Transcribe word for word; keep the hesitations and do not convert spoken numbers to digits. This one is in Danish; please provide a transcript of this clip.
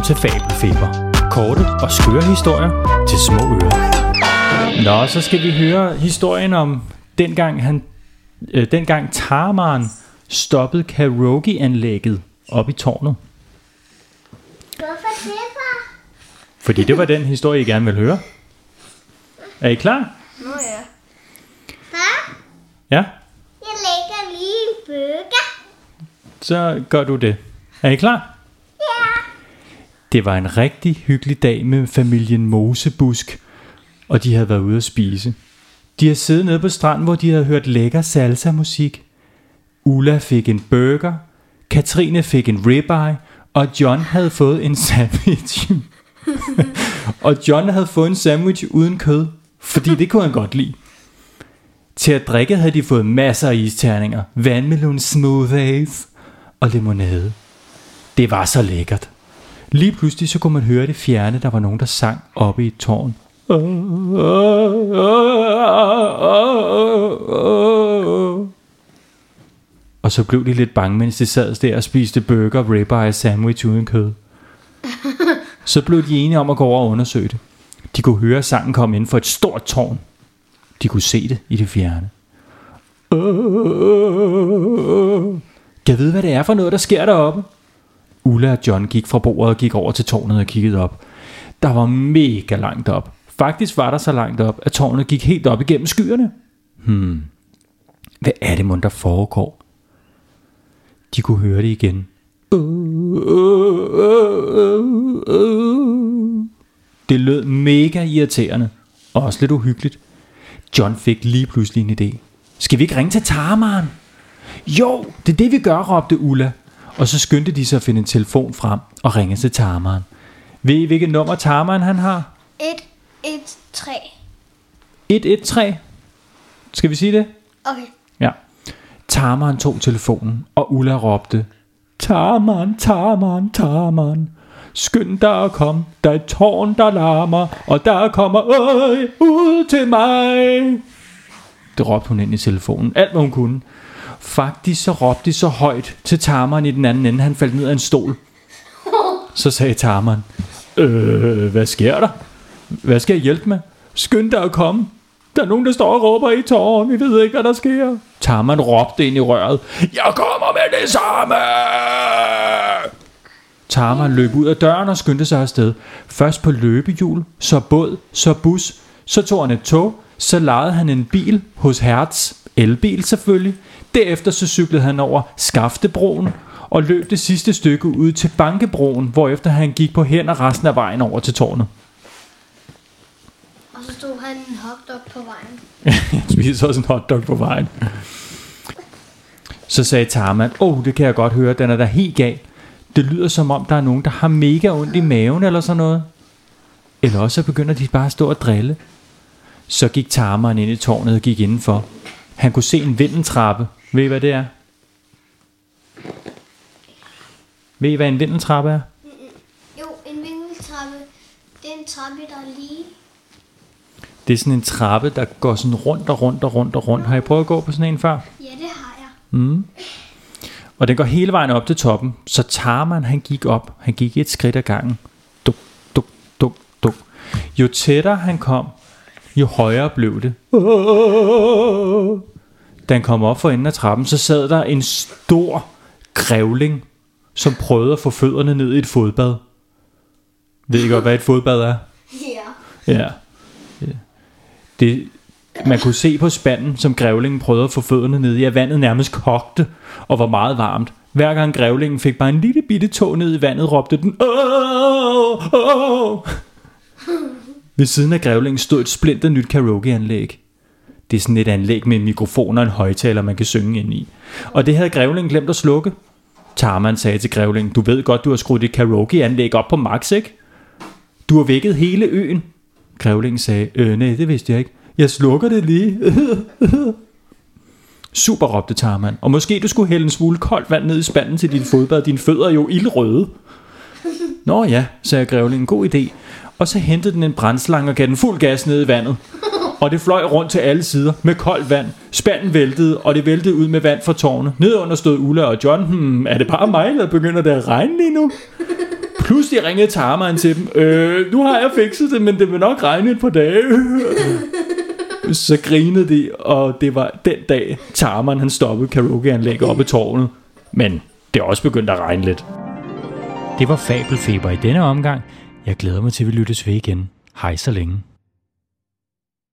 til Fabelfeber. Korte og skøre historier til små ører. Nå, så skal vi høre historien om dengang, han, øh, dengang Tarmaren stoppede karaoke-anlægget op i tårnet. Hvorfor det, far? Fordi det var den historie, I gerne vil høre. Er I klar? Nå ja. Far, Ja, jeg lægger lige en burger. så gør du det. Er I klar? Ja. Det var en rigtig hyggelig dag med familien Mosebusk, og de havde været ude at spise. De havde siddet nede på stranden, hvor de havde hørt lækker salsa-musik. Ulla fik en burger, Katrine fik en ribeye, og John havde fået en sandwich. Og John havde fået en sandwich uden kød, fordi det kunne han godt lide. Til at drikke havde de fået masser af isterninger, vandmelon smoothies og limonade. Det var så lækkert. Lige pludselig så kunne man høre det fjerne, der var nogen, der sang oppe i et tårn. Og så blev de lidt bange, mens de sad der og spiste burger, ribeye og sandwich uden kød. Så blev de enige om at gå over og undersøge det. De kunne høre sangen komme ind for et stort tårn. De kunne se det i det fjerne. Kan jeg vide, hvad det er for noget, der sker deroppe? Ulla og John gik fra bordet og gik over til tårnet og kiggede op. Der var mega langt op. Faktisk var der så langt op, at tårnet gik helt op igennem skyerne. Hmm. Hvad er det, mon der foregår? De kunne høre det igen. Det lød mega irriterende og også lidt uhyggeligt. John fik lige pludselig en idé. Skal vi ikke ringe til Tarmaren? Jo, det er det vi gør, råbte Ulla. Og så skyndte de sig at finde en telefon frem og ringe til Tarmaren. Ved I, hvilket nummer Tarmaren han har? et et tre. et et tre. Skal vi sige det? Okay. Ja. Tarmaren tog telefonen, og Ulla råbte: Tarmaren, Tarmaren, Tarmaren. Skynd dig at komme, der er et tårn, der larmer, og der kommer øj ud til mig. Det råbte hun ind i telefonen, alt hvad hun kunne. Faktisk så råbte de så højt til Tarmaren i den anden ende, han faldt ned af en stol. Så sagde Tarmaren: Øh, hvad sker der? Hvad skal jeg hjælpe med? Skynd dig at komme. Der er nogen, der står og råber i tårn. Vi ved ikke, hvad der sker. Tarmaren råbte ind i røret: Jeg kommer med det samme! Tarmaren løb ud af døren og skyndte sig afsted. Først på løbehjul, så båd, så bus, så tog han et tog, så lejede han en bil hos Hertz, elbil selvfølgelig. Derefter så cyklede han over Skaftebroen og løb det sidste stykke ud til Bankebroen, hvorefter han gik på hænder resten af vejen over til tårnet. Og så stod han en hotdog på vejen. Jeg spiste også en hotdog på vejen. Så sagde Tarmaren: Åh, oh, det kan jeg godt høre, den er da helt gal. Det lyder som om, der er nogen, der har mega ondt i maven eller sådan noget. Eller også så begynder de bare at stå og drille. Så gik Tarmaren ind i tårnet og gik indenfor. Han kunne se en vindeltrappe. Ved I, hvad det er? Ved I, hvad en vindeltrappe er? Jo, en vinkeltrappe. Det er en trappe, der er lige. Det er sådan en trappe, der går sådan rundt og rundt og rundt og rundt. Har I prøvet at gå på sådan en før? Ja, det har jeg. Mm. Og den går hele vejen op til toppen. Så Tarmaren, han gik op. Han gik et skridt ad gangen. Duk, duk, duk, duk. Jo tættere han kom, jo højere blev det. Da han kom op for enden af trappen, så sad der en stor grævling, som prøvede at få fødderne ned i et fodbad. Ved I godt, hvad et fodbad er? Ja. Ja. Det, man kunne se på spanden, som grævlingen prøvede at få fødderne ned i, at vandet nærmest kogte og var meget varmt. Hver gang grævlingen fik bare en lille bitte tog ned i vandet, råbte den: Åh, åh. Ved siden af grævlingen stod et splinter nyt karaokeanlæg. Det er sådan et anlæg med en mikrofon og en højtaler, man kan synge ind i. Og det havde grævlingen glemt at slukke. Tarmaren sagde til grævlingen: Du ved godt, du har skruet dit karaokeanlæg op på max, ikke? Du har vækket hele øen. Grævlingen sagde: Øh, nej, det vidste jeg ikke. Jeg slukker det lige. Super, råbte Tarmaren. Og måske du skulle hælde en smule koldt vand ned i spanden til dit fodbad. Dine fødder er jo ildrøde. Nå ja, sagde grævlingen. God idé. Og så hentede den en brændslange og gav den fuld gas ned i vandet. Og det fløj rundt til alle sider med koldt vand. Spanden væltede, og det væltede ud med vand fra tårnet. Nedunder stod Ulla og John. Hmm, er det bare mig, der begynder det at regne lige nu? Pludselig ringede Tarman til dem. Øh, nu har jeg fikset det, men det vil nok regne et par dage. Så grinede de, og det var den dag, Tarman han stoppede karaokeanlægget oppe i tårnet. Men det er også begyndt at regne lidt. Det var Fabelfeber i denne omgang. Jeg glæder mig til, at vi lyttes ved igen. Hej så længe.